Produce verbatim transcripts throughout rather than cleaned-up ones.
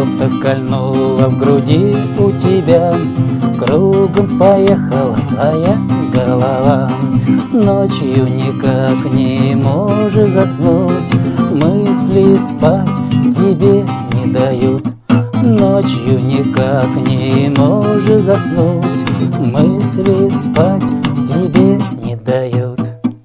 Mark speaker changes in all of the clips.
Speaker 1: Что-то кольнуло в груди у тебя, кругом поехала твоя голова. Ночью никак не можешь заснуть, мысли спать тебе не дают. Ночью никак не можешь заснуть, мысли спать тебе не дают.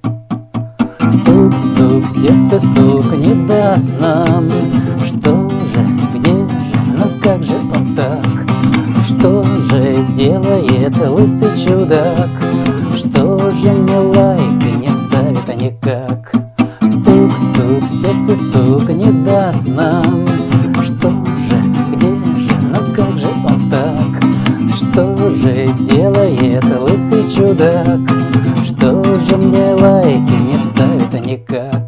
Speaker 1: Тук-тук, сердце стук, не даст нам. Что же, где же, ну как же он так? Что же делает лысый чудак? Что же мне лайка не ставит, а никак? Тук-тук, сердце стук, не даст нам. Что же, где же, ну как же он так? Что же делает лысый чудак? Что же мне лайки не ставит, а никак?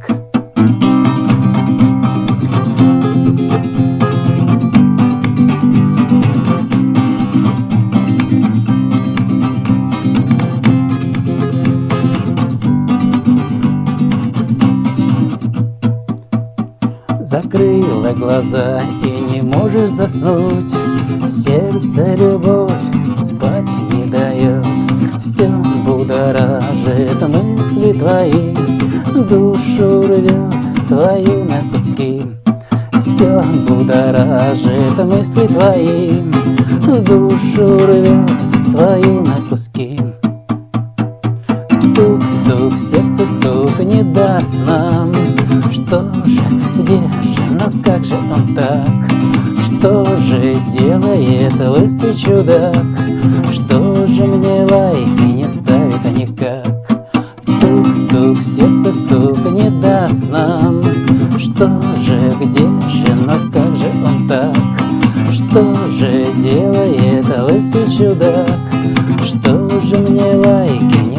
Speaker 1: Закрыла глаза и не можешь заснуть, сердце любовь спать не дает. Все будоражит мысли твои, душу рвет твою на куски. Все будоражит мысли твои, душу рвет твою на куски. Тук-тук, сердце стук, не даст нам. Что же, где же, ну как же он так? Что же делает лысый чудак? Что же мне лайки не ставит, а никак? Тук-тук, сердце стук, не даст нам. Что же, где же, ну как же он так? Что же делает лысый чудак? Что же мне лайки